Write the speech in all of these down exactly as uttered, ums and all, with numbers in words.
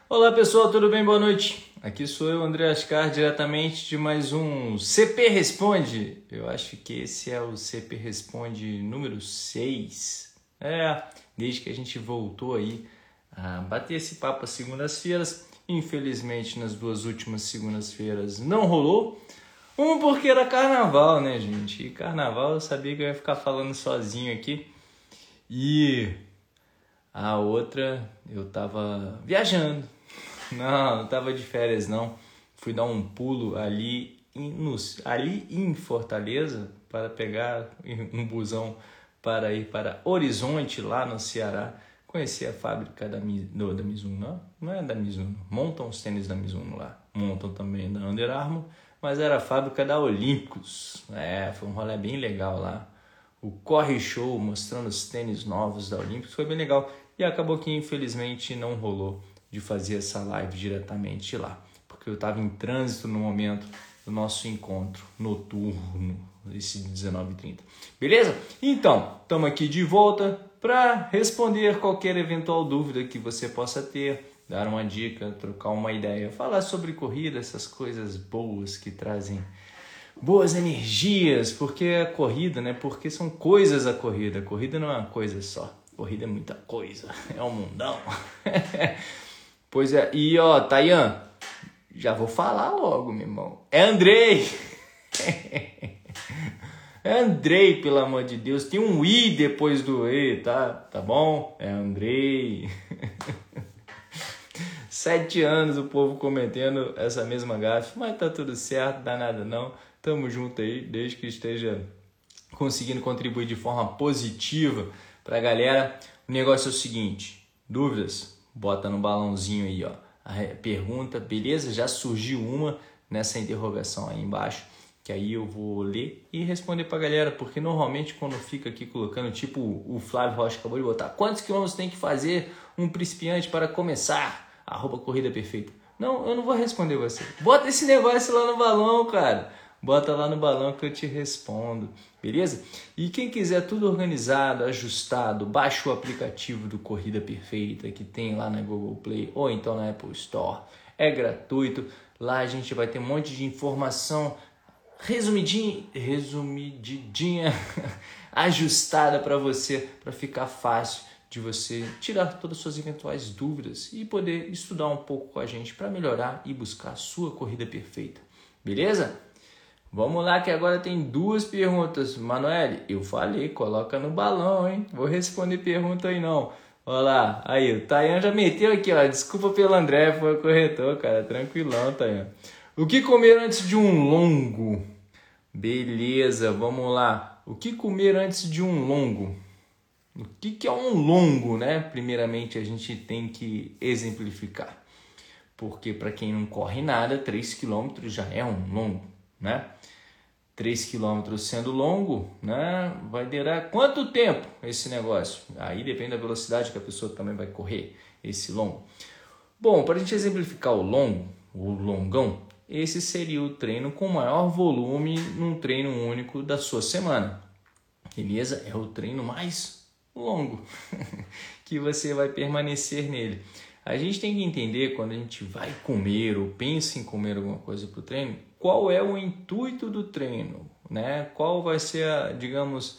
Olá pessoal, tudo bem? Boa noite. Aqui sou eu, André Ascar, diretamente de mais um C P Responde. Eu acho que esse é o C P Responde número seis. É, desde que a gente voltou aí a bater esse papo às segundas-feiras. Infelizmente, nas duas últimas segundas-feiras não rolou. Um porque era carnaval, né, gente? E carnaval eu sabia que eu ia ficar falando sozinho aqui. E a outra, eu tava viajando. Não, não tava de férias, não. Fui dar um pulo ali em, no, ali em Fortaleza para pegar um busão para ir para Horizonte, lá no Ceará. Conheci a fábrica da, no, da Mizuno, não, não é da Mizuno. Montam os tênis da Mizuno lá. Montam também da Under Armour, mas era a fábrica da Olímpicos. É, foi um rolê bem legal lá. O Corre Show mostrando os tênis novos da Olímpicos foi bem legal. E acabou que infelizmente não rolou de fazer essa live diretamente lá, porque eu estava em trânsito no momento do nosso encontro noturno, esse dezenove e trinta. Beleza? Então, estamos aqui de volta para responder qualquer eventual dúvida que você possa ter, dar uma dica, trocar uma ideia, falar sobre corrida, essas coisas boas que trazem boas energias, porque a corrida, né? Porque são coisas a corrida. A corrida não é uma coisa só. A corrida é muita coisa. É um mundão. Pois é. E ó, Tayan, já vou falar logo, meu irmão. É Andrei. É Andrei, pelo amor de Deus. Tem um I depois do E, tá? Tá bom? É Andrei. Sete anos o povo cometendo essa mesma gafe, mas tá tudo certo, dá nada não. Tamo junto aí, desde que esteja conseguindo contribuir de forma positiva pra galera. O negócio é o seguinte, dúvidas? Bota no balãozinho aí, ó. A pergunta, beleza? Já surgiu uma nessa interrogação aí embaixo, que aí eu vou ler e responder pra galera, porque normalmente quando fica aqui colocando, tipo o Flávio Rocha acabou de botar, quantos quilômetros tem que fazer um principiante para começar? Arroba Corrida Perfeita. Não, eu não vou responder você. Bota esse negócio lá no balão, cara. Bota lá no balão que eu te respondo, beleza? E quem quiser tudo organizado, ajustado, baixa o aplicativo do Corrida Perfeita que tem lá na Google Play ou então na Apple Store. É gratuito. Lá a gente vai ter um monte de informação resumidinha, resumidinha ajustada para você, para ficar fácil de você tirar todas as suas eventuais dúvidas e poder estudar um pouco com a gente para melhorar e buscar a sua corrida perfeita. Beleza? Vamos lá que agora tem duas perguntas. Manoel, eu falei, coloca no balão, hein? Vou responder pergunta aí não. Olha lá, aí o Tayan já meteu aqui, ó. Desculpa pelo André, foi o corretor, cara. Tranquilão, Tayan. O que comer antes de um longo? Beleza, vamos lá. O que comer antes de um longo? O que, que é um longo, né? Primeiramente, a gente tem que exemplificar. Porque para quem não corre nada, três quilômetros já é um longo, né? três quilômetros sendo longo, né? Vai durar quanto tempo esse negócio? Aí depende da velocidade que a pessoa também vai correr esse longo. Bom, para a gente exemplificar o longo, o longão, esse seria o treino com maior volume num treino único da sua semana. Beleza? É o treino mais longo que você vai permanecer nele. A gente tem que entender quando a gente vai comer ou pensa em comer alguma coisa para o treino, qual é o intuito do treino, né? Qual vai ser, a, digamos,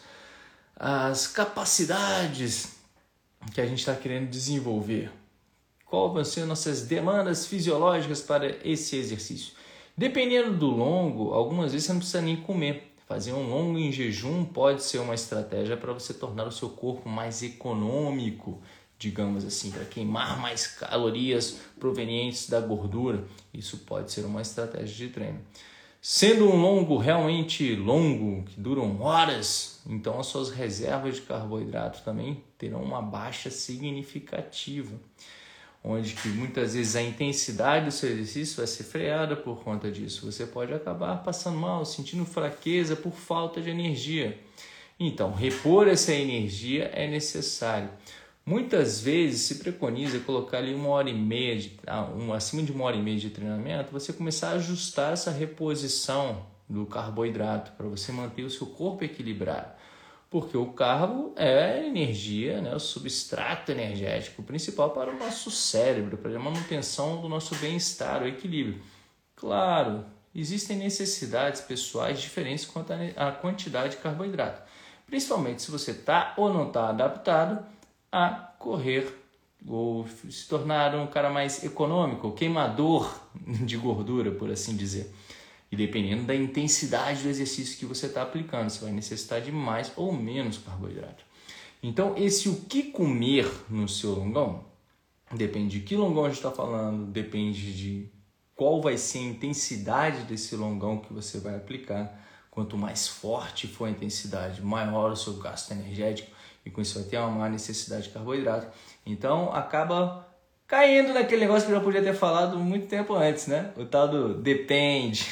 as capacidades que a gente está querendo desenvolver. Qual vão ser nossas demandas fisiológicas para esse exercício. Dependendo do longo, algumas vezes você não precisa nem comer. Fazer um longo em jejum pode ser uma estratégia para você tornar o seu corpo mais econômico, digamos assim, para queimar mais calorias provenientes da gordura. Isso pode ser uma estratégia de treino. Sendo um longo realmente longo, que duram horas, então as suas reservas de carboidrato também terão uma baixa significativa, onde que muitas vezes a intensidade do seu exercício vai ser freada por conta disso. Você pode acabar passando mal, sentindo fraqueza por falta de energia. Então, repor essa energia é necessário. Muitas vezes se preconiza colocar ali uma hora e meia, de, um, acima de uma hora e meia de treinamento, você começar a ajustar essa reposição do carboidrato para você manter o seu corpo equilibrado. Porque o carbo é energia, né, o substrato energético principal para o nosso cérebro, para a manutenção do nosso bem-estar, o equilíbrio. Claro, existem necessidades pessoais diferentes quanto à quantidade de carboidrato, principalmente se você está ou não está adaptado a correr ou se tornar um cara mais econômico, queimador de gordura, por assim dizer. E dependendo da intensidade do exercício que você está aplicando, você vai necessitar de mais ou menos carboidrato. Então, esse o que comer no seu longão, depende de que longão a gente está falando, depende de qual vai ser a intensidade desse longão que você vai aplicar. Quanto mais forte for a intensidade, maior o seu gasto energético e com isso vai ter uma maior necessidade de carboidrato. Então, acaba caindo naquele negócio que eu já podia ter falado muito tempo antes, né? O tal do depende.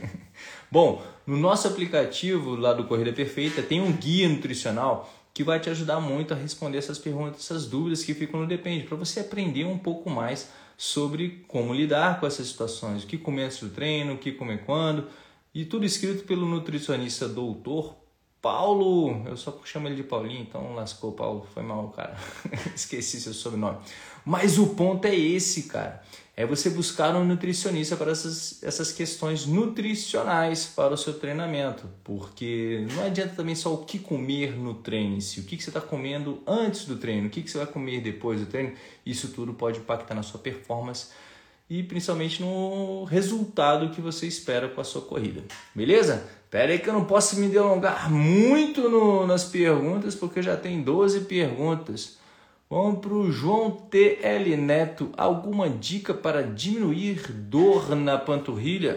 Bom, no nosso aplicativo lá do Corrida Perfeita tem um guia nutricional que vai te ajudar muito a responder essas perguntas, essas dúvidas que ficam no depende, para você aprender um pouco mais sobre como lidar com essas situações, o que comer antes do treino, o que comer quando, e tudo escrito pelo nutricionista doutor Paulo, eu só chamo ele de Paulinho, então lascou Paulo, foi mal, cara, esqueci seu sobrenome. Mas o ponto é esse, cara, é você buscar um nutricionista para essas, essas questões nutricionais para o seu treinamento, porque não adianta também só o que comer no treino em si, o que, que você está comendo antes do treino, o que, que você vai comer depois do treino, isso tudo pode impactar na sua performance e principalmente no resultado que você espera com a sua corrida, beleza? Pera aí que eu não posso me delongar muito no, nas perguntas, porque já tem doze perguntas. Vamos para o João T L Neto. Alguma dica para diminuir dor na panturrilha?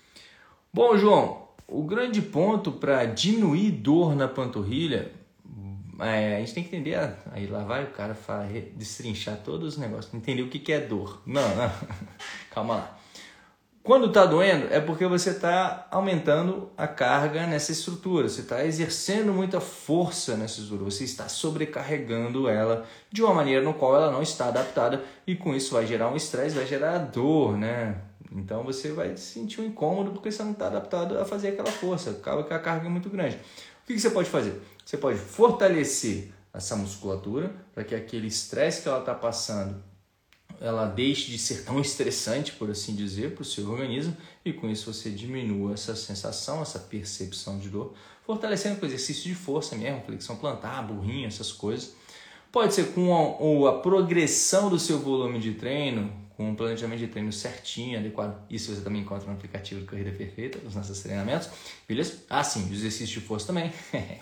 Bom, João, o grande ponto para diminuir dor na panturrilha, é, a gente tem que entender, aí lá vai o cara fala, destrinchar todos os negócios, entender o que, que é dor. Não, não, calma lá. Quando está doendo é porque você está aumentando a carga nessa estrutura, você está exercendo muita força nessa estrutura, você está sobrecarregando ela de uma maneira no qual ela não está adaptada e com isso vai gerar um estresse, vai gerar dor, né? Então você vai sentir um incômodo porque você não está adaptado a fazer aquela força, acaba que a carga é muito grande. O que você pode fazer? Você pode fortalecer essa musculatura para que aquele estresse que ela está passando ela deixe de ser tão estressante, por assim dizer, para o seu organismo e com isso você diminua essa sensação, essa percepção de dor, fortalecendo com exercício de força mesmo, flexão plantar, burrinho, essas coisas. Pode ser com a, a progressão do seu volume de treino, com um planejamento de treino certinho, adequado. Isso você também encontra no aplicativo de Corrida Perfeita, nos nossos treinamentos, beleza? Ah, sim, os exercícios de força também.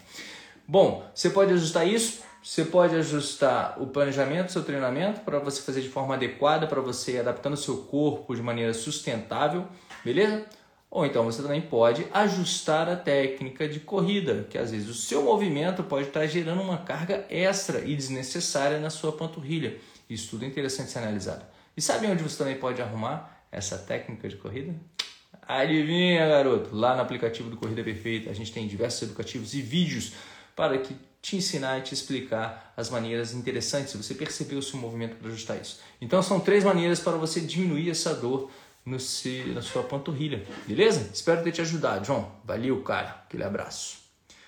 Bom, você pode ajustar isso. Você pode ajustar o planejamento do seu treinamento para você fazer de forma adequada, para você ir adaptando o seu corpo de maneira sustentável, beleza? Ou então você também pode ajustar a técnica de corrida, que às vezes o seu movimento pode estar gerando uma carga extra e desnecessária na sua panturrilha. Isso tudo é interessante ser analisado. E sabe onde você também pode arrumar essa técnica de corrida? Adivinha, garoto? Lá no aplicativo do Corrida Perfeita, a gente tem diversos educativos e vídeos para que te ensinar e te explicar as maneiras interessantes, se você perceber o seu movimento para ajustar isso. Então são três maneiras para você diminuir essa dor no seu, na sua panturrilha, beleza? Espero ter te ajudado, João. Valeu, cara. Aquele abraço.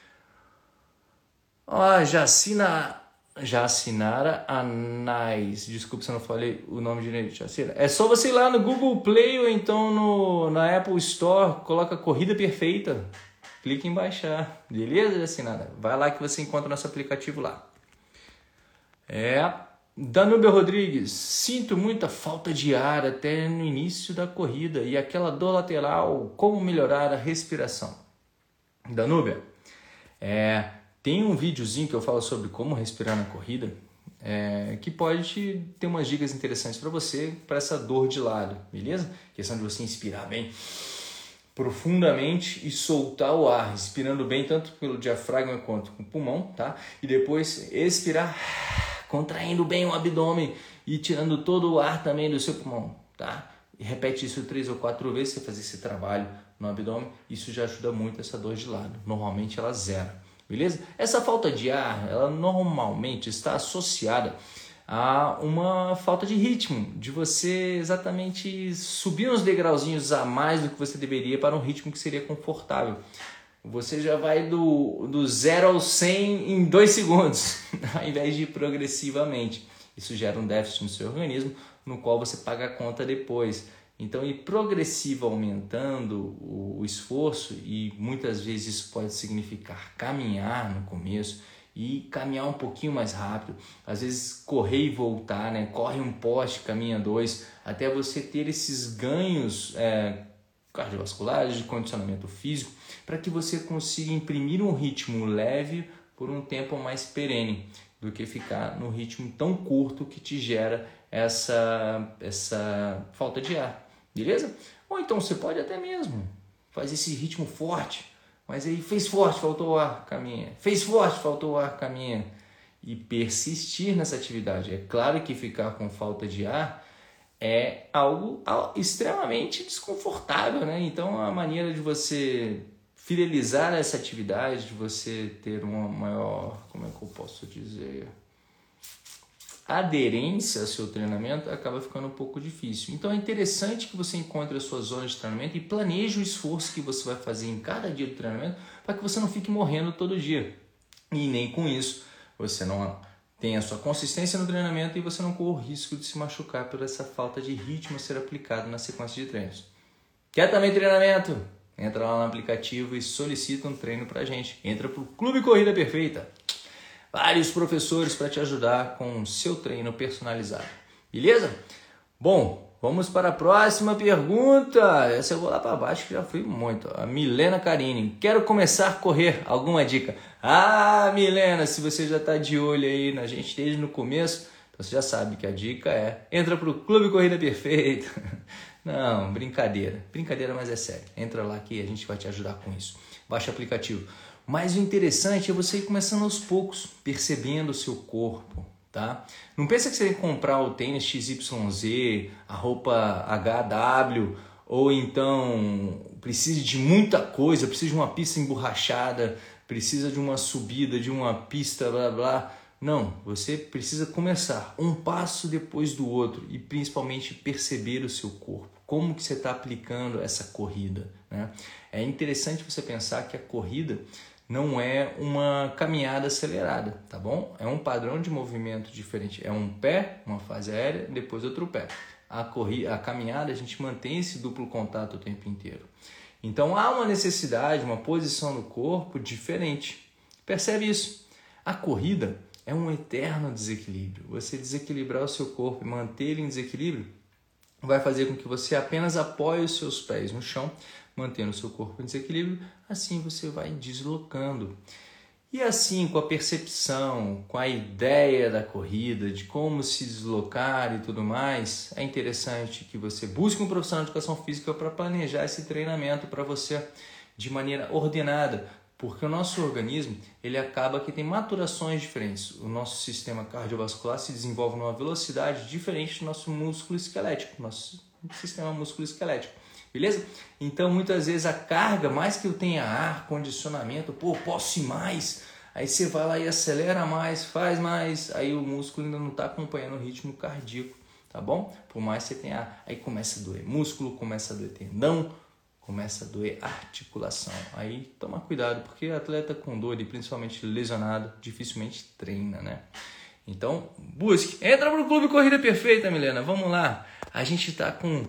Ó, Jacina, Jacinara Anais. Desculpa se eu não falei o nome direito, Jacina. É só você ir lá no Google Play ou então no, na Apple Store, coloca Corrida Perfeita. Clique em baixar, beleza, Jacinara? Vai lá que você encontra nosso aplicativo lá. É, Danúbia Rodrigues, sinto muita falta de ar até no início da corrida e aquela dor lateral, como melhorar a respiração? Danúbia, é, tem um videozinho que eu falo sobre como respirar na corrida, é, que pode ter umas dicas interessantes para você, para essa dor de lado, beleza? Questão de você inspirar bem profundamente e soltar o ar, respirando bem tanto pelo diafragma quanto com o pulmão, tá? E depois expirar, contraindo bem o abdômen e tirando todo o ar também do seu pulmão, tá? E repete isso três ou quatro vezes, você fazer esse trabalho no abdômen, isso já ajuda muito essa dor de lado. Normalmente ela zera, beleza? Essa falta de ar, ela normalmente está associada a uma falta de ritmo, de você exatamente subir uns degrauzinhos a mais do que você deveria para um ritmo que seria confortável. você já vai do, do zero ao cem em dois segundos, ao invés de ir progressivamente. Isso gera um déficit no seu organismo, no qual você paga a conta depois. Então, ir progressivo aumentando o, o esforço, e muitas vezes isso pode significar caminhar no começo e caminhar um pouquinho mais rápido. Às vezes, correr e voltar, né? Corre um poste, caminha dois, até você ter esses ganhos é, cardiovasculares, de condicionamento físico, para que você consiga imprimir um ritmo leve por um tempo mais perene, do que ficar no ritmo tão curto que te gera essa, essa falta de ar, beleza? Ou então você pode até mesmo fazer esse ritmo forte, mas aí fez forte, faltou ar, caminha, fez forte, faltou ar, caminha, e persistir nessa atividade. É claro que ficar com falta de ar é algo extremamente desconfortável, né? Então a maneira de você fidelizar essa atividade, de você ter uma maior, como é que eu posso dizer, aderência ao seu treinamento, acaba ficando um pouco difícil. Então é interessante que você encontre a sua zona de treinamento e planeje o esforço que você vai fazer em cada dia do treinamento, para que você não fique morrendo todo dia. E nem com isso você não tenha a sua consistência no treinamento e você não corra o risco de se machucar por essa falta de ritmo a ser aplicado na sequência de treinos. Quer também treinamento? Entra lá no aplicativo e solicita um treino pra gente. Entra pro Clube Corrida Perfeita. Vários professores para te ajudar com o seu treino personalizado. Beleza? Bom, vamos para a próxima pergunta. Essa eu vou lá para baixo que já fui muito. A Milena Carini. Quero começar a correr. Alguma dica? Ah, Milena, se você já está de olho aí na gente desde no começo, então você já sabe que a dica é: entra pro Clube Corrida Perfeita. Não, brincadeira. Brincadeira, mas é sério. Entra lá que a gente vai te ajudar com isso. Baixa o aplicativo. Mas o interessante é você ir começando aos poucos, percebendo o seu corpo, tá? Não pensa que você tem que comprar o tênis X Y Z, a roupa H W, ou então precisa de muita coisa, precisa de uma pista emborrachada, precisa de uma subida, de uma pista, blá blá. Não, você precisa começar um passo depois do outro e principalmente perceber o seu corpo. Como que você está aplicando essa corrida, né? É interessante você pensar que a corrida não é uma caminhada acelerada, tá bom? É um padrão de movimento diferente. É um pé, uma fase aérea, depois outro pé. A, corrida, a caminhada, a gente mantém esse duplo contato o tempo inteiro. Então há uma necessidade, uma posição do corpo diferente. Percebe isso? A corrida é um eterno desequilíbrio. Você desequilibrar o seu corpo e manter ele em desequilíbrio vai fazer com que você apenas apoie os seus pés no chão, mantendo o seu corpo em desequilíbrio, assim você vai deslocando. E assim, com a percepção, com a ideia da corrida, de como se deslocar e tudo mais, é interessante que você busque um profissional de educação física para planejar esse treinamento para você de maneira ordenada, porque o nosso organismo, ele acaba que tem maturações diferentes. O nosso sistema cardiovascular se desenvolve numa velocidade diferente do nosso músculo esquelético, nosso sistema músculo esquelético. Beleza? Então, muitas vezes a carga, mais que eu tenha ar, condicionamento, pô, posso ir mais. Aí você vai lá e acelera mais, faz mais. Aí o músculo ainda não está acompanhando o ritmo cardíaco, tá bom? Por mais que você tenha ar. Aí começa a doer músculo, começa a doer tendão, começa a doer articulação. Aí toma cuidado, porque atleta com dor e principalmente lesionado dificilmente treina, né? Então, busque. Entra pro Clube Corrida Perfeita, Milena. Vamos lá. A gente está com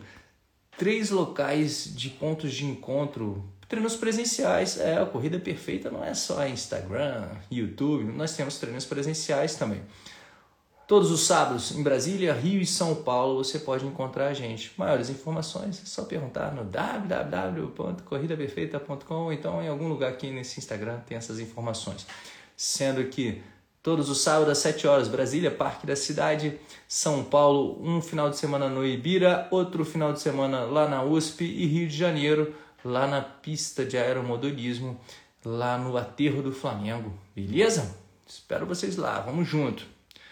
três locais de pontos de encontro, treinos presenciais. É, a Corrida Perfeita não é só Instagram, YouTube, nós temos treinos presenciais também. Todos os sábados em Brasília, Rio e São Paulo você pode encontrar a gente. Maiores informações é só perguntar no w w w ponto corrida perfeita ponto com ou então em algum lugar aqui nesse Instagram tem essas informações. Sendo que todos os sábados às sete horas, Brasília, Parque da Cidade, São Paulo, um final de semana no Ibira, outro final de semana lá na U S P e Rio de Janeiro, lá na pista de aeromodelismo, lá no Aterro do Flamengo. Beleza? Espero vocês lá, vamos junto.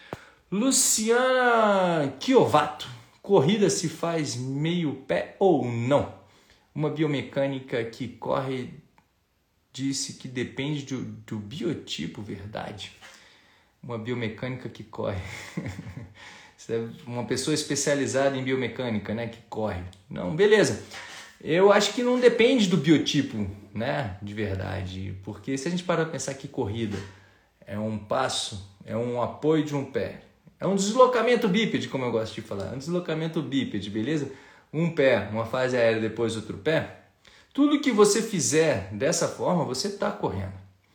Luciana Chiovato, corrida se faz meio pé ou não? Uma biomecânica que corre disse que depende do, do biotipo, verdade? Uma biomecânica que corre. Uma pessoa especializada em biomecânica, né, que corre. Não, beleza. Eu acho que não depende do biotipo, né, de verdade, porque se a gente parar para pensar que corrida é um passo, é um apoio de um pé, é um deslocamento bípede, como eu gosto de falar, um deslocamento bípede, beleza? Um pé, uma fase aérea, depois outro pé. Tudo que você fizer dessa forma, você está correndo.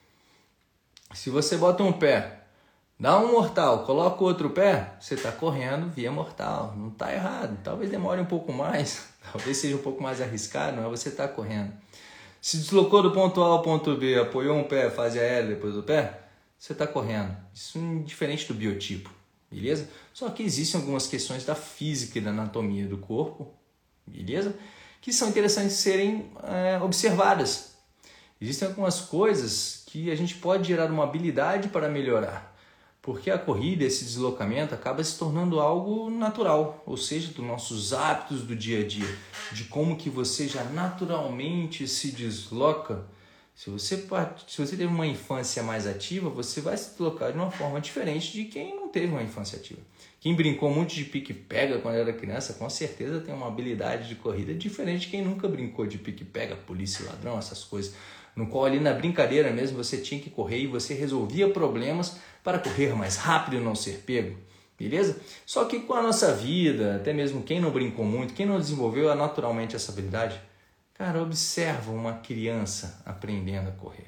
Se você bota um pé, dá um mortal, coloca o outro pé, você está correndo via mortal. Não está errado. Talvez demore um pouco mais, talvez seja um pouco mais arriscado, mas você está correndo. Se deslocou do ponto A ao ponto B, apoiou um pé, fase aérea, depois do pé, você está correndo. Isso é indiferente do biotipo, beleza? Só que existem algumas questões da física e da anatomia do corpo, beleza? Que são interessantes de serem é, observadas. Existem algumas coisas que a gente pode gerar uma habilidade para melhorar, porque a corrida, esse deslocamento, acaba se tornando algo natural, ou seja, dos nossos hábitos do dia a dia, de como que você já naturalmente se desloca. Se você, se você teve uma infância mais ativa, você vai se deslocar de uma forma diferente de quem não teve uma infância ativa. Quem brincou muito de pique-pega quando era criança, com certeza tem uma habilidade de corrida diferente de quem nunca brincou de pique-pega, polícia e ladrão, essas coisas. No qual ali na brincadeira mesmo você tinha que correr e você resolvia problemas para correr mais rápido e não ser pego, beleza? Só que com a nossa vida, até mesmo quem não brincou muito, quem não desenvolveu naturalmente essa habilidade, cara, observa uma criança aprendendo a correr.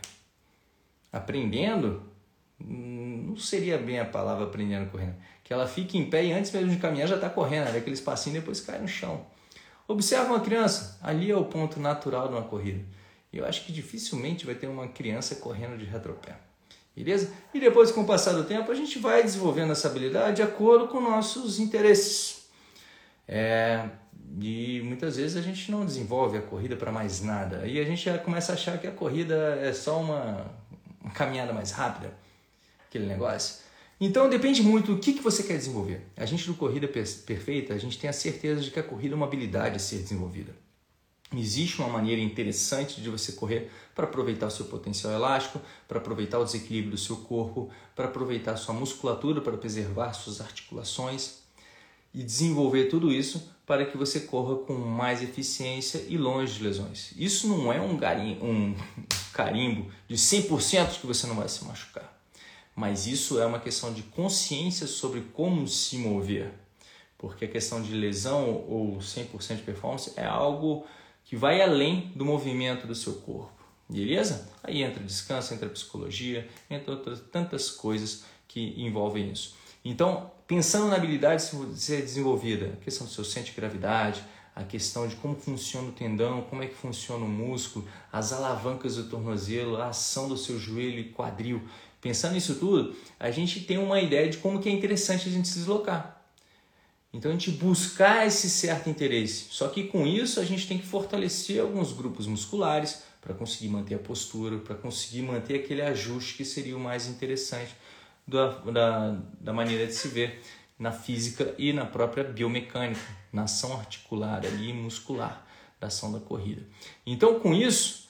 Aprendendo, não seria bem a palavra aprendendo a correr, que ela fica em pé e antes mesmo de caminhar já está correndo, daquele espacinho e depois cai no chão. Observa uma criança, ali é o ponto natural de uma corrida. Eu acho que dificilmente vai ter uma criança correndo de retropé, beleza? E depois, com o passar do tempo, a gente vai desenvolvendo essa habilidade de acordo com nossos interesses. É, e muitas vezes a gente não desenvolve a corrida para mais nada. Aí a gente já começa a achar que a corrida é só uma, uma caminhada mais rápida, aquele negócio. Então depende muito do que, que você quer desenvolver. A gente do Corrida Perfeita, a gente tem a certeza de que a corrida é uma habilidade a ser desenvolvida. Existe uma maneira interessante de você correr para aproveitar o seu potencial elástico, para aproveitar o desequilíbrio do seu corpo, para aproveitar a sua musculatura, para preservar suas articulações e desenvolver tudo isso para que você corra com mais eficiência e longe de lesões. Isso não é um, garim, um carimbo de cem por cento que você não vai se machucar, mas isso é uma questão de consciência sobre como se mover, porque a questão de lesão ou cem por cento de performance é algo que vai além do movimento do seu corpo, beleza? Aí entra descanso, entra psicologia, entre outras tantas coisas que envolvem isso. Então, pensando na habilidade de ser desenvolvida, a questão do seu centro de gravidade, a questão de como funciona o tendão, como é que funciona o músculo, as alavancas do tornozelo, a ação do seu joelho e quadril. Pensando nisso tudo, a gente tem uma ideia de como que é interessante a gente se deslocar. Então a gente buscar esse certo interesse, só que com isso a gente tem que fortalecer alguns grupos musculares para conseguir manter a postura, para conseguir manter aquele ajuste que seria o mais interessante da, da, da maneira de se ver na física e na própria biomecânica, na ação articular ali, muscular da ação da corrida. Então com isso,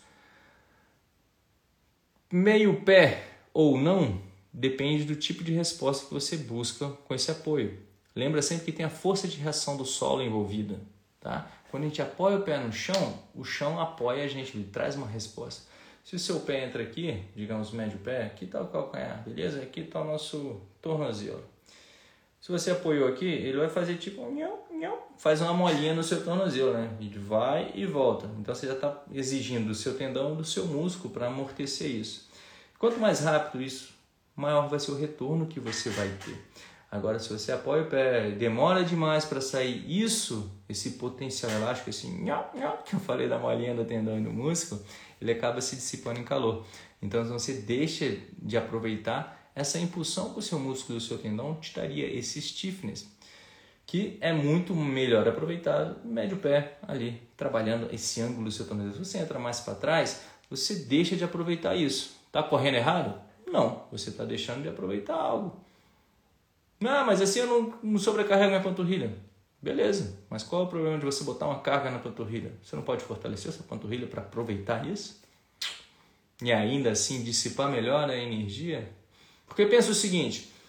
meio pé ou não, depende do tipo de resposta que você busca com esse apoio. Lembra sempre que tem a força de reação do solo envolvida, tá? Quando a gente apoia o pé no chão, o chão apoia a gente, ele traz uma resposta. Se o seu pé entra aqui, digamos médio pé, aqui está o calcanhar, beleza? Aqui está o nosso tornozelo. Se você apoiou aqui, ele vai fazer tipo um nhau, nhau, faz uma molinha no seu tornozelo, né? Ele vai e volta. Então você já está exigindo do seu tendão, do seu músculo para amortecer isso. Quanto mais rápido isso, maior vai ser o retorno que você vai ter. Agora, se você apoia o pé, demora demais para sair isso, esse potencial elástico, esse nhau, nhau, que eu falei da molinha do tendão e do músculo, ele acaba se dissipando em calor. Então, você deixa de aproveitar essa impulsão que o seu músculo e o seu tendão te daria, esse stiffness, que é muito melhor aproveitado no médio pé ali, trabalhando esse ângulo do seu tornozelo. Se você entra mais para trás, você deixa de aproveitar isso. Está correndo errado? Não, você está deixando de aproveitar algo. Não, mas assim eu não, não sobrecarrego minha panturrilha. Beleza, mas qual é o problema de você botar uma carga na panturrilha? Você não pode fortalecer essa panturrilha para aproveitar isso? E ainda assim dissipar melhor a energia? Porque pensa o seguinte,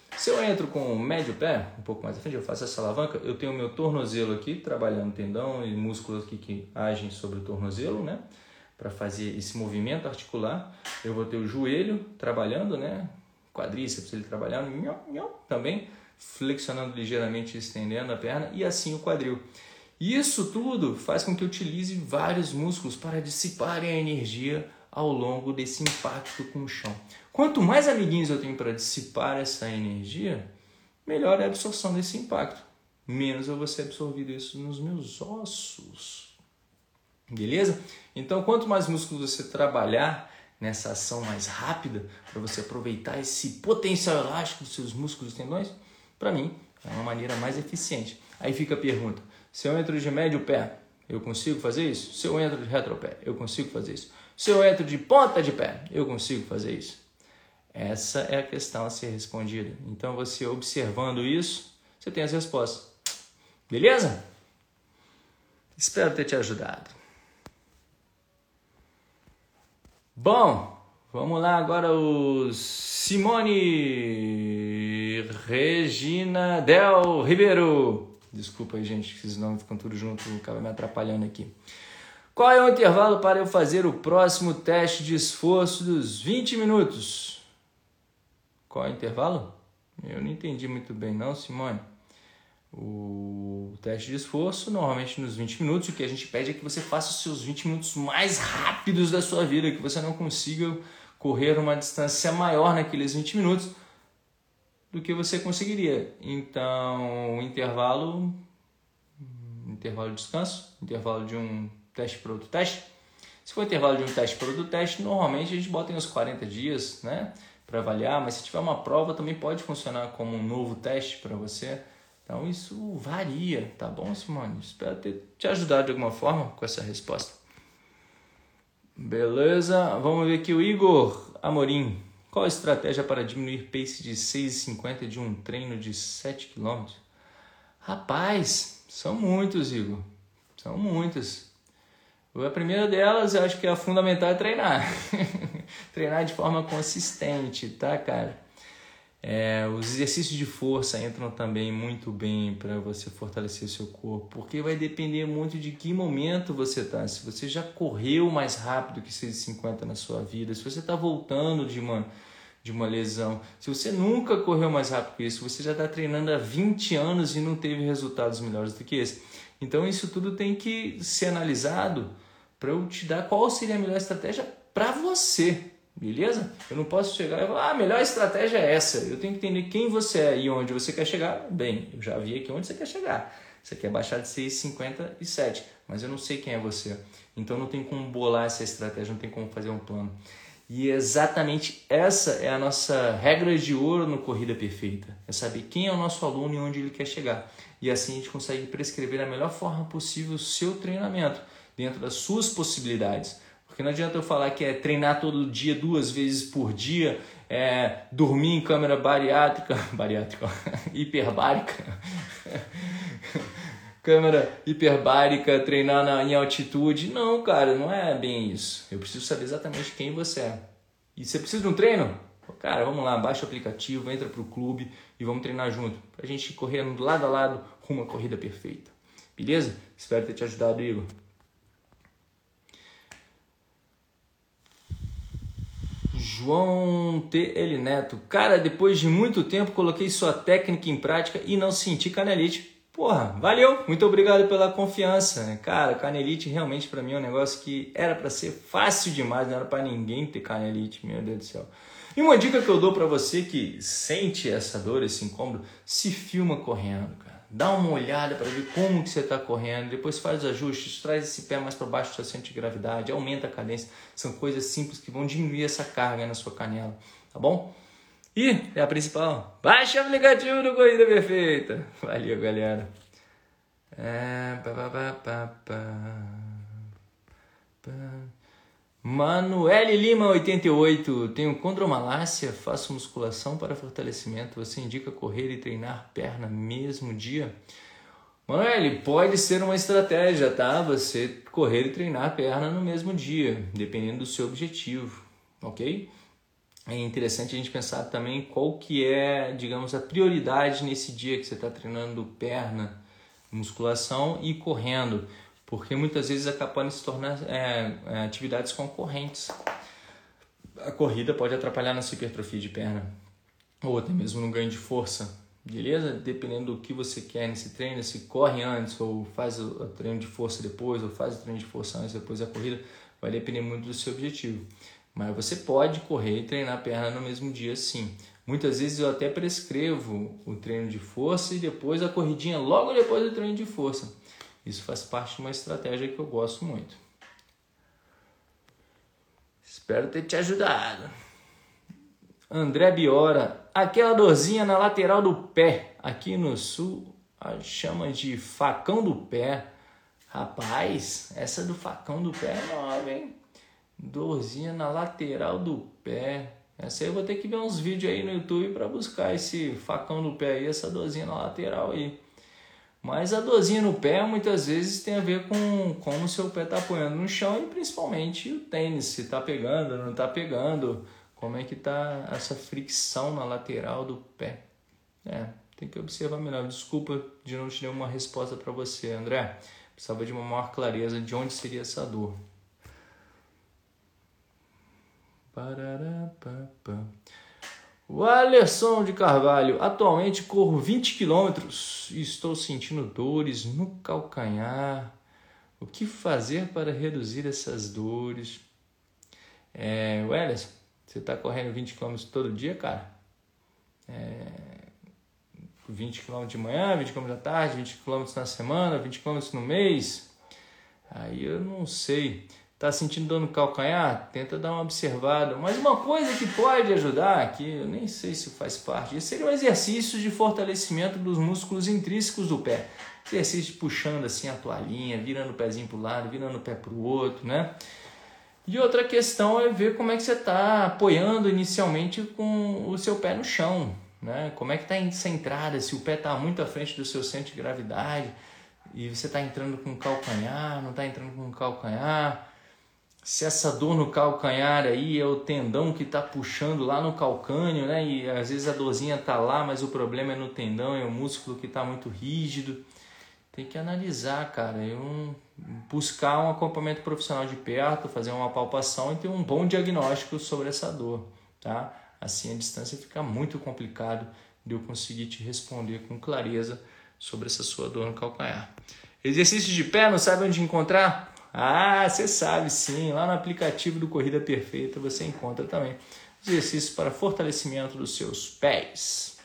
Se eu entro com o médio pé, um pouco mais à frente, eu faço essa alavanca, eu tenho o meu tornozelo aqui, trabalhando tendão e músculos aqui que agem sobre o tornozelo, né? Para fazer esse movimento articular. Eu vou ter o joelho trabalhando, né? Quadríceps ele trabalhando, também flexionando ligeiramente, estendendo a perna e assim o quadril. Isso tudo faz com que eu utilize vários músculos para dissiparem a energia ao longo desse impacto com o chão. Quanto mais amiguinhos eu tenho para dissipar essa energia, melhor é a absorção desse impacto. Menos eu vou ser absorvido isso nos meus ossos. Beleza? Então, quanto mais músculos você trabalhar nessa ação mais rápida, para você aproveitar esse potencial elástico dos seus músculos e tendões, para mim, é uma maneira mais eficiente. Aí fica a pergunta, se eu entro de médio pé, eu consigo fazer isso? Se eu entro de retropé, eu consigo fazer isso? Se eu entro de ponta de pé, eu consigo fazer isso? Essa é a questão a ser respondida. Então, você observando isso, você tem as respostas. Beleza? Espero ter te ajudado. Bom, vamos lá agora o Simone Regina Del Ribeiro. Desculpa aí, gente, esses nomes ficam tudo junto, acaba me atrapalhando aqui. Qual é o intervalo para eu fazer o próximo teste de esforço dos vinte minutos? Qual é o intervalo? Eu não entendi muito bem não, Simone. O teste de esforço, normalmente nos vinte minutos, o que a gente pede é que você faça os seus vinte minutos mais rápidos da sua vida, que você não consiga correr uma distância maior naqueles vinte minutos do que você conseguiria. Então, o intervalo, intervalo de descanso, intervalo de um teste para outro teste. Se for intervalo de um teste para outro teste, normalmente a gente bota em uns quarenta dias, né, para avaliar, mas se tiver uma prova também pode funcionar como um novo teste para você. Então isso varia, tá bom, Simone? Espero ter te ajudado de alguma forma com essa resposta. Beleza, vamos ver aqui o Igor Amorim. Qual a estratégia para diminuir pace de seis e cinquenta de um treino de sete quilômetros? Rapaz, são muitos, Igor. São muitos. A primeira delas, eu acho que é a fundamental é treinar. Treinar de forma consistente, tá, cara? É, os exercícios de força entram também muito bem para você fortalecer o seu corpo, porque vai depender muito de que momento você está. Se você já correu mais rápido que seis e cinquenta na sua vida, se você está voltando de uma, de uma lesão, se você nunca correu mais rápido que isso, você já está treinando há vinte anos e não teve resultados melhores do que esse. Então isso tudo tem que ser analisado para eu te dar qual seria a melhor estratégia para você. Beleza? Eu não posso chegar e falar, ah, a melhor estratégia é essa. Eu tenho que entender quem você é e onde você quer chegar. Bem, eu já vi aqui onde você quer chegar. Você quer baixar de seis e cinquenta e sete, mas eu não sei quem é você. Então não tem como bolar essa estratégia, não tem como fazer um plano. E exatamente essa é a nossa regra de ouro no Corrida Perfeita. É saber quem é o nosso aluno e onde ele quer chegar. E assim a gente consegue prescrever da melhor forma possível o seu treinamento, dentro das suas possibilidades. Porque não adianta eu falar que é treinar todo dia, duas vezes por dia, é, dormir em câmera bariátrica, bariátrica, hiperbárica, câmera hiperbárica, treinar na, em altitude. Não, cara, não é bem isso. Eu preciso saber exatamente quem você é. E você precisa de um treino? Cara, vamos lá, baixa o aplicativo, entra pro clube e vamos treinar junto. Pra gente correr lado a lado rumo à corrida perfeita. Beleza? Espero ter te ajudado, Igor. João T. L. Neto. Cara, depois de muito tempo coloquei sua técnica em prática e não senti canelite. Porra, valeu. Muito obrigado pela confiança, né? Cara, canelite realmente pra mim é um negócio que era pra ser fácil demais, não era pra ninguém ter canelite, meu Deus do céu. E uma dica que eu dou pra você que sente essa dor, esse incômodo, se filma correndo, cara. Dá uma olhada para ver como que você está correndo, depois faz os ajustes, traz esse pé mais para baixo do seu centro de gravidade, aumenta a cadência. São coisas simples que vão diminuir essa carga na sua canela, tá bom? E é a principal, baixa o aplicativo do Corrida Perfeita. Valeu, galera. É... Pá, pá, pá, pá, pá. Pá. Manuele Lima, oitenta e oito. Tenho condromalácia, faço musculação para fortalecimento. Você indica correr e treinar perna mesmo dia? Manuele, pode ser uma estratégia, tá? Você correr e treinar perna no mesmo dia, dependendo do seu objetivo, ok? é interessante a gente pensar também qual que é, digamos, a prioridade nesse dia que você está treinando perna, musculação e correndo, porque muitas vezes acaba podem se tornar é, é, atividades concorrentes. A corrida pode atrapalhar na sua hipertrofia de perna, ou até mesmo no ganho de força, beleza? Dependendo do que você quer nesse treino, se corre antes, ou faz o treino de força depois, ou faz o treino de força antes, depois da corrida, vai depender muito do seu objetivo. Mas você pode correr e treinar a perna no mesmo dia, sim. Muitas vezes eu até prescrevo o treino de força e depois a corridinha logo depois do treino de força. Isso faz parte de uma estratégia que eu gosto muito. Espero ter te ajudado. André Biora, aquela dorzinha na lateral do pé. Aqui no sul a chama de facão do pé. Rapaz, essa do facão do pé é nova, hein? Dorzinha na lateral do pé. Essa aí eu vou ter que ver uns vídeos aí no YouTube para buscar esse facão do pé aí, essa dorzinha na lateral aí. Mas a dorzinha no pé muitas vezes tem a ver com como o seu pé está apoiando no chão e principalmente o tênis, se está pegando, não está pegando, como é que está essa fricção na lateral do pé. É, tem que observar melhor. Desculpa de não te dar uma resposta para você, André. Precisava de uma maior clareza de onde seria essa dor. O Alisson de Carvalho, atualmente corro vinte quilômetros e estou sentindo dores no calcanhar. O que fazer para reduzir essas dores? É, o Alisson, você está correndo vinte quilômetros todo dia, cara? É, vinte quilômetros de manhã, vinte quilômetros da tarde, vinte quilômetros na semana, vinte quilômetros no mês? Aí eu não sei. Tá sentindo dor no calcanhar? Tenta dar uma observada. Mas uma coisa que pode ajudar, que eu nem sei se faz parte, seria um exercício de fortalecimento dos músculos intrínsecos do pé. Exercício puxando assim a toalhinha, virando o pezinho para o lado, virando o pé para o outro, né? E outra questão é ver como é que você está apoiando inicialmente com o seu pé no chão, né? Como é que está essa entrada, se o pé está muito à frente do seu centro de gravidade e você está entrando com o calcanhar, não está entrando com o calcanhar. Se essa dor no calcanhar aí é o tendão que está puxando lá no calcânio, né? E às vezes a dorzinha está lá, mas o problema é no tendão, é o músculo que está muito rígido. Tem que analisar, cara. Eu buscar um acompanhamento profissional de perto, fazer uma palpação e ter um bom diagnóstico sobre essa dor, tá? Assim a distância fica muito complicado de eu conseguir te responder com clareza sobre essa sua dor no calcanhar. Exercício de pé, não sabe onde encontrar? Ah, você sabe sim, lá no aplicativo do Corrida Perfeita você encontra também exercícios para fortalecimento dos seus pés.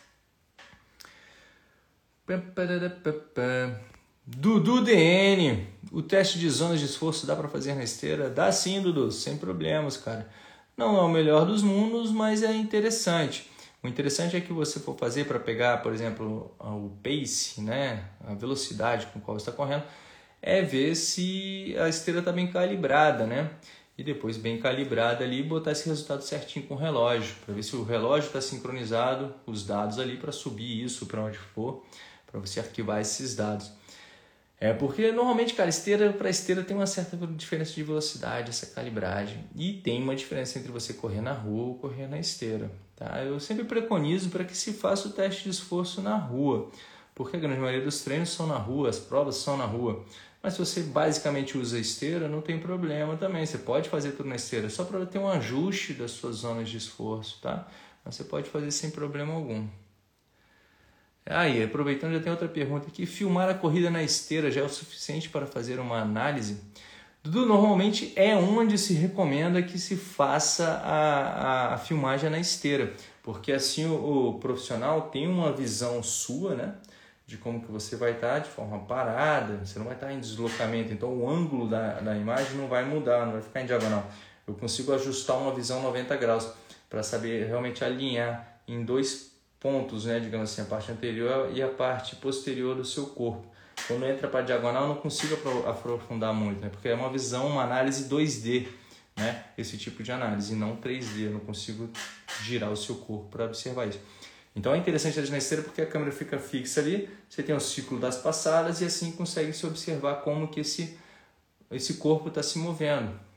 Dudu D N, o teste de zonas de esforço dá para fazer na esteira? Dá sim, Dudu, sem problemas, cara. Não é o melhor dos mundos, mas é interessante. O interessante é que você for fazer para pegar, por exemplo, o pace, né, a velocidade com a qual você está correndo, é ver se a esteira está bem calibrada, né? E depois bem calibrada ali, botar esse resultado certinho com o relógio, para ver se o relógio está sincronizado, os dados ali para subir isso para onde for, para você arquivar esses dados. É porque normalmente, cara, esteira para esteira tem uma certa diferença de velocidade, essa calibragem. E tem uma diferença entre você correr na rua ou correr na esteira, tá? Eu sempre preconizo para que se faça o teste de esforço na rua, porque a grande maioria dos treinos são na rua, as provas são na rua. Mas se você basicamente usa esteira, não tem problema também. Você pode fazer tudo na esteira, só para ter um ajuste das suas zonas de esforço, tá? Mas você pode fazer sem problema algum. Aí, aproveitando, já tem outra pergunta aqui. Filmar a corrida na esteira já é o suficiente para fazer uma análise? Dudu, normalmente é onde se recomenda que se faça a, a filmagem na esteira, porque assim o, o profissional tem uma visão sua, né? De como que você vai estar de forma parada, você não vai estar em deslocamento, então o ângulo da, da imagem não vai mudar, não vai ficar em diagonal. Eu consigo ajustar uma visão noventa graus para saber realmente alinhar em dois pontos, né, digamos assim, a parte anterior e a parte posterior do seu corpo. Quando entra para diagonal, eu não consigo aprofundar muito, né, porque é uma visão, uma análise dois D, né, esse tipo de análise, e não três D, eu não consigo girar o seu corpo para observar isso. Então é interessante a na esteira porque a câmera fica fixa ali, você tem o ciclo das passadas e assim consegue se observar como que esse, esse corpo está se movendo,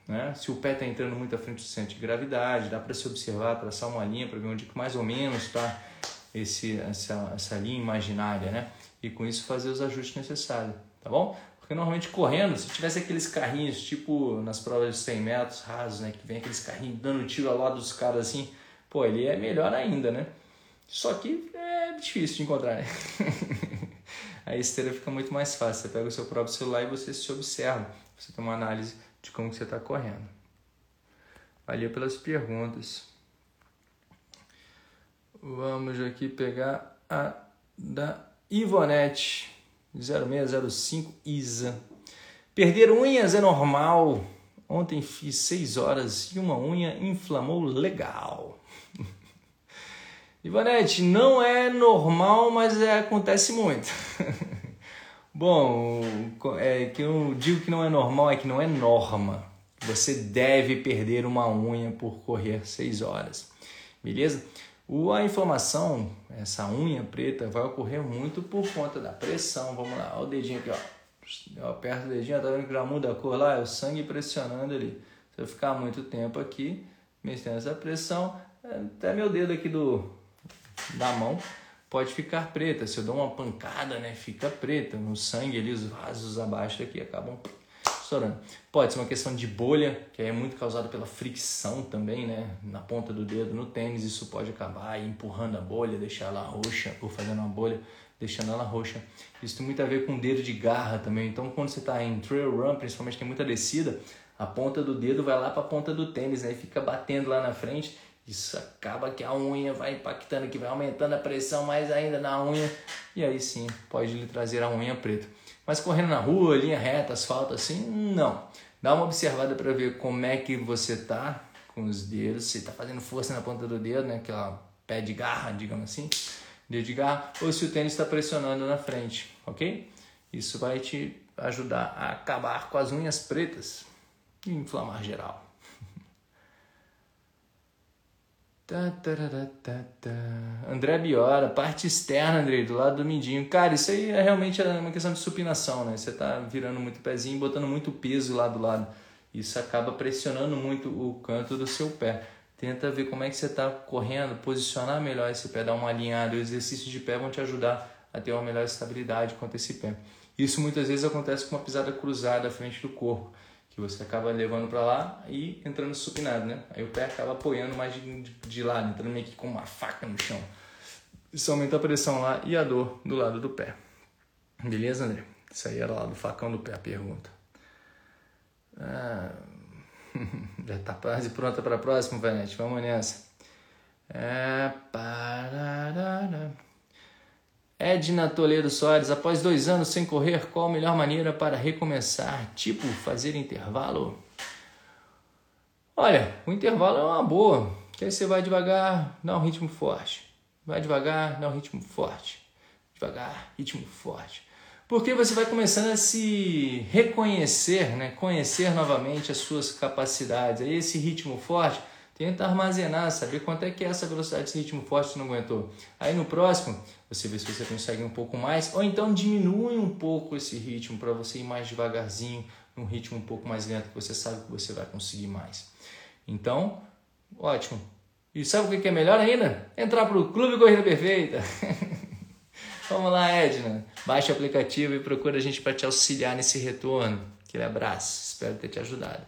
né? Se o pé está entrando muito à frente do centro de gravidade, dá para se observar, traçar uma linha para ver onde que mais ou menos está esse essa, essa linha imaginária, né? E com isso fazer os ajustes necessários, tá bom? Porque normalmente correndo, se tivesse aqueles carrinhos, tipo nas provas de cem metros rasos, né? Que vem aqueles carrinhos dando tiro ao lado dos caras assim, pô, ele é melhor ainda, né? Só que é difícil de encontrar, né? A esteira fica muito mais fácil. Você pega o seu próprio celular e você se observa. Você tem uma análise de como que você está correndo. Valeu pelas perguntas. Vamos aqui pegar a da Ivonete, zero seis zero cinco Isa. Perder unhas é normal. Ontem fiz seis horas e uma unha inflamou legal. Ivonete, não é normal, mas é, acontece muito. Bom, é, que eu digo que não é normal, é que não é norma. Você deve perder uma unha por correr seis horas, beleza? O, a inflamação, essa unha preta, vai ocorrer muito por conta da pressão. Vamos lá, olha o dedinho aqui, ó. Eu aperto o dedinho, tá vendo que já muda a cor lá? É o sangue pressionando ali. Se eu ficar muito tempo aqui, mexendo essa pressão, até meu dedo aqui do... da mão pode ficar preta. Se eu dou uma pancada, né, fica preta no sangue ali, os vasos abaixo aqui acabam estourando. Pode ser uma questão de bolha, que é muito causada pela fricção também, né, na ponta do dedo no tênis. Isso pode acabar empurrando a bolha, deixar ela roxa, ou fazendo uma bolha, deixando ela roxa. Isso tem muito a ver com o dedo de garra também. Então, quando você está em trail run, principalmente tem muita descida, a ponta do dedo vai lá para a ponta do tênis, né, e fica batendo lá na frente. Isso acaba que a unha vai impactando, que vai aumentando a pressão mais ainda na unha. E aí sim, pode lhe trazer a unha preta. Mas correndo na rua, linha reta, asfalto assim, não. Dá uma observada para ver como é que você tá com os dedos. Se tá fazendo força na ponta do dedo, né? Aquela pé de garra, digamos assim. Dedo de garra. Ou se o tênis está pressionando na frente, ok? Isso vai te ajudar a acabar com as unhas pretas e inflamar geral. Tá, tarará, tá, tá. André Biora, parte externa, Andrei, do lado do mindinho. Cara, isso aí é realmente uma questão de supinação, né? Você tá virando muito pezinho, botando muito peso lá do lado. Isso acaba pressionando muito o canto do seu pé. Tenta ver como é que você tá correndo, posicionar melhor esse pé, dar uma alinhada. Os exercícios de pé vão te ajudar a ter uma melhor estabilidade quanto a esse pé. Isso muitas vezes acontece com uma pisada cruzada à frente do corpo, que você acaba levando para lá e entrando supinado, né? Aí o pé acaba apoiando mais de, de, de lado, entrando meio que com uma faca no chão. Isso aumenta a pressão lá e a dor do lado do pé. Beleza, André? Isso aí era lá do facão do pé, a pergunta. Ah, já tá quase pronta para a próxima, Vanete? Vamos nessa. É, pararara. Edna Toledo Soares, após dois anos sem correr, qual a melhor maneira para recomeçar? Tipo, fazer intervalo? Olha, o intervalo é uma boa, que aí você vai devagar, dá um ritmo forte. Vai devagar, dá um ritmo forte. Devagar, ritmo forte. Porque você vai começando a se reconhecer, né? Conhecer novamente as suas capacidades. Aí esse ritmo forte, tenta armazenar, saber quanto é que é essa velocidade desse ritmo forte você não aguentou. Aí no próximo, você vê se você consegue um pouco mais, ou então diminui um pouco esse ritmo para você ir mais devagarzinho, num ritmo um pouco mais lento, que você sabe que você vai conseguir mais. Então, ótimo. E sabe o que é melhor ainda? Entrar para o Clube Corrida Perfeita. Vamos lá, Edna. Baixa o aplicativo e procura a gente para te auxiliar nesse retorno. Aquele abraço. Espero ter te ajudado.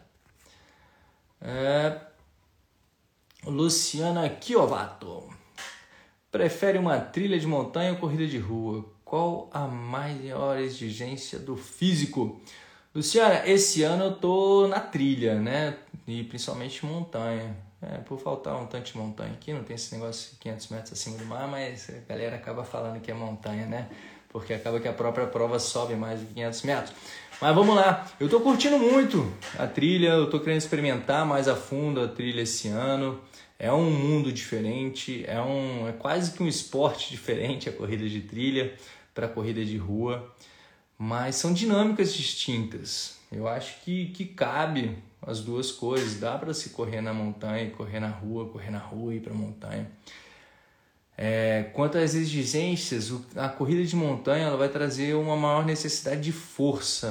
É... Luciana Chiovato. Prefere uma trilha de montanha ou corrida de rua? Qual a maior exigência do físico? Luciana, esse ano eu tô na trilha, né? E principalmente montanha. É, por faltar um tanto de montanha aqui, não tem esse negócio de quinhentos metros acima do mar, mas a galera acaba falando que é montanha, né? Porque acaba que a própria prova sobe mais de quinhentos metros. Mas vamos lá, eu tô curtindo muito a trilha, eu tô querendo experimentar mais a fundo a trilha esse ano. É um mundo diferente, é, um, é quase que um esporte diferente a corrida de trilha para a corrida de rua, mas são dinâmicas distintas. Eu acho que, que cabe as duas coisas, dá para se correr na montanha, correr na rua, correr na rua e ir para a montanha. É, quanto às exigências, a corrida de montanha ela vai trazer uma maior necessidade de força,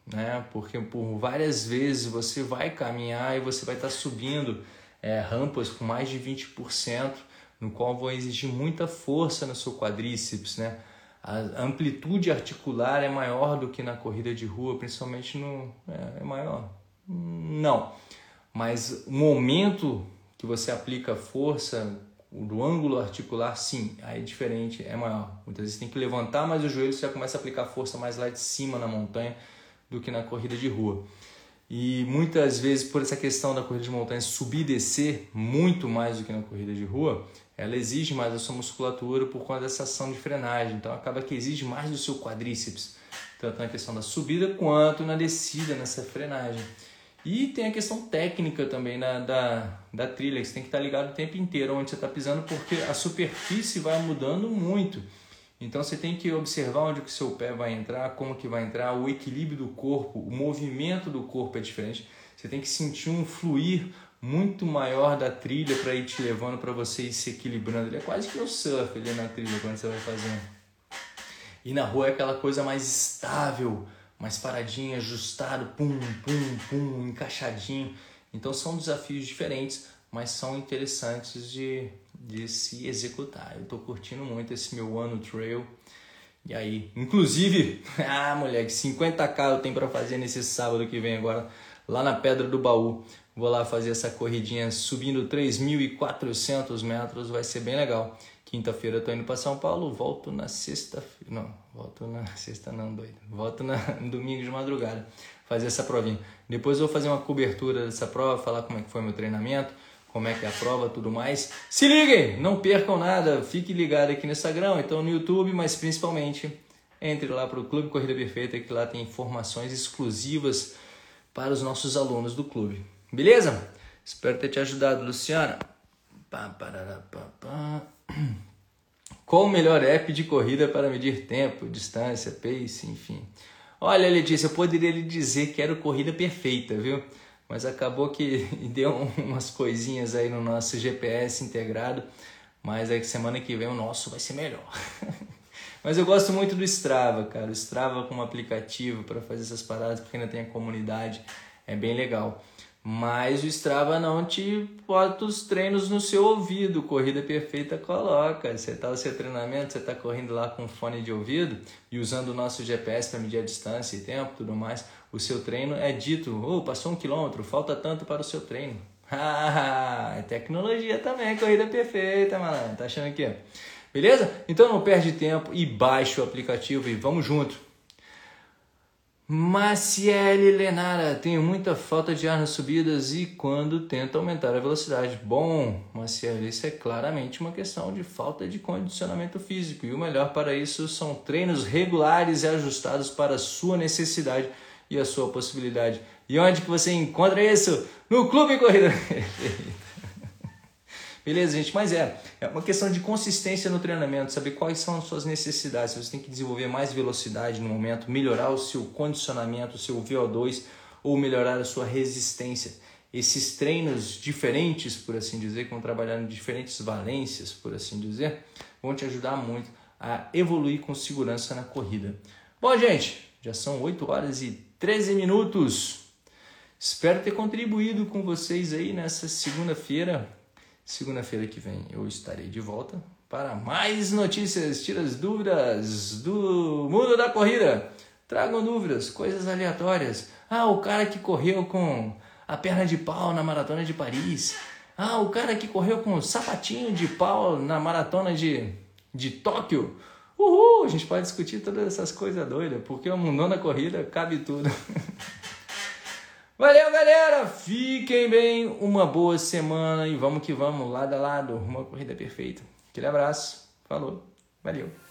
né? Porque por várias vezes você vai caminhar e você vai estar subindo é, rampas com mais de vinte por cento, no qual vão exigir muita força no seu quadríceps, né? A amplitude articular é maior do que na corrida de rua, principalmente no... É, é maior? Não. Mas o momento que você aplica força, do ângulo articular, sim, aí é diferente, é maior. Muitas vezes tem que levantar mais o joelho, você já começa a aplicar força mais lá de cima na montanha do que na corrida de rua. E muitas vezes, por essa questão da corrida de montanha subir e descer muito mais do que na corrida de rua, ela exige mais da sua musculatura por conta dessa ação de frenagem. Então acaba que exige mais do seu quadríceps, tanto na questão da subida quanto na descida, nessa frenagem. E tem a questão técnica também na, da, da trilha, que você tem que estar ligado o tempo inteiro onde você está pisando, porque a superfície vai mudando muito. Então você tem que observar onde que o seu pé vai entrar, como que vai entrar, o equilíbrio do corpo, o movimento do corpo é diferente. Você tem que sentir um fluir muito maior da trilha para ir te levando para você ir se equilibrando. Ele é quase que o surf ali na trilha quando você vai fazendo. E na rua é aquela coisa mais estável, mais paradinho, ajustado, pum, pum, pum, encaixadinho. Então são desafios diferentes, mas são interessantes de, de se executar. Eu estou curtindo muito esse meu ano trail. E aí, inclusive, ah, moleque, cinquenta ká eu tenho para fazer nesse sábado que vem agora, lá na Pedra do Baú. Vou lá fazer essa corridinha subindo três mil e quatrocentos metros, vai ser bem legal. Quinta-feira eu tô indo para São Paulo, volto na sexta-feira. Não, volto na sexta não, doido. Volto na, no domingo de madrugada, fazer essa provinha. Depois eu vou fazer uma cobertura dessa prova, falar como é que foi meu treinamento, como é que é a prova, tudo mais. Se liguem, não percam nada, fique ligado aqui no Instagram, então no YouTube, mas principalmente entre lá para o Clube Corrida Perfeita, que lá tem informações exclusivas para os nossos alunos do clube. Beleza? Espero ter te ajudado, Luciana. Pá, parará, pá, pá. Qual o melhor app de corrida para medir tempo, distância, pace, enfim? Olha, Letícia, eu poderia lhe dizer que era o Corrida Perfeita, viu? Mas acabou que deu umas coisinhas aí no nosso G P S integrado, mas aí semana que vem o nosso vai ser melhor. Mas eu gosto muito do Strava, cara. O Strava como aplicativo para fazer essas paradas, porque ainda tem a comunidade, é bem legal. Mas o Strava não te bota os treinos no seu ouvido. Corrida Perfeita coloca. Você está no seu treinamento, você está correndo lá com fone de ouvido e usando o nosso G P S para medir a distância e tempo, tudo mais. O seu treino é dito, oh, passou um quilômetro, falta tanto para o seu treino. Ah, é tecnologia também, Corrida Perfeita, malandro. Tá achando aqui? Beleza? Então não perde tempo e baixe o aplicativo e vamos junto. Maciele Lenara, tenho muita falta de ar nas subidas e quando tento aumentar a velocidade. Bom, Maciele, isso é claramente uma questão de falta de condicionamento físico e o melhor para isso são treinos regulares e ajustados para a sua necessidade e a sua possibilidade. E onde que você encontra isso? No Clube Corrida. Beleza, gente? Mas é, é uma questão de consistência no treinamento, saber quais são as suas necessidades. Você tem que desenvolver mais velocidade no momento, melhorar o seu condicionamento, o seu V O dois ou melhorar a sua resistência. Esses treinos diferentes, por assim dizer, que vão trabalhar em diferentes valências, por assim dizer, vão te ajudar muito a evoluir com segurança na corrida. Bom, gente, já são oito horas e treze minutos. Espero ter contribuído com vocês aí nessa segunda-feira. Segunda-feira que vem eu estarei de volta para mais notícias, tira as dúvidas do mundo da corrida. Tragam dúvidas, coisas aleatórias. Ah, o cara que correu com a perna de pau na maratona de Paris. Ah, o cara que correu com sapatinho de pau na maratona de, de Tóquio. Uhul, a gente pode discutir todas essas coisas doidas, porque o mundão da corrida cabe tudo. Valeu, galera! Fiquem bem, uma boa semana e vamos que vamos, lado a lado, uma corrida perfeita. Aquele abraço, falou, valeu!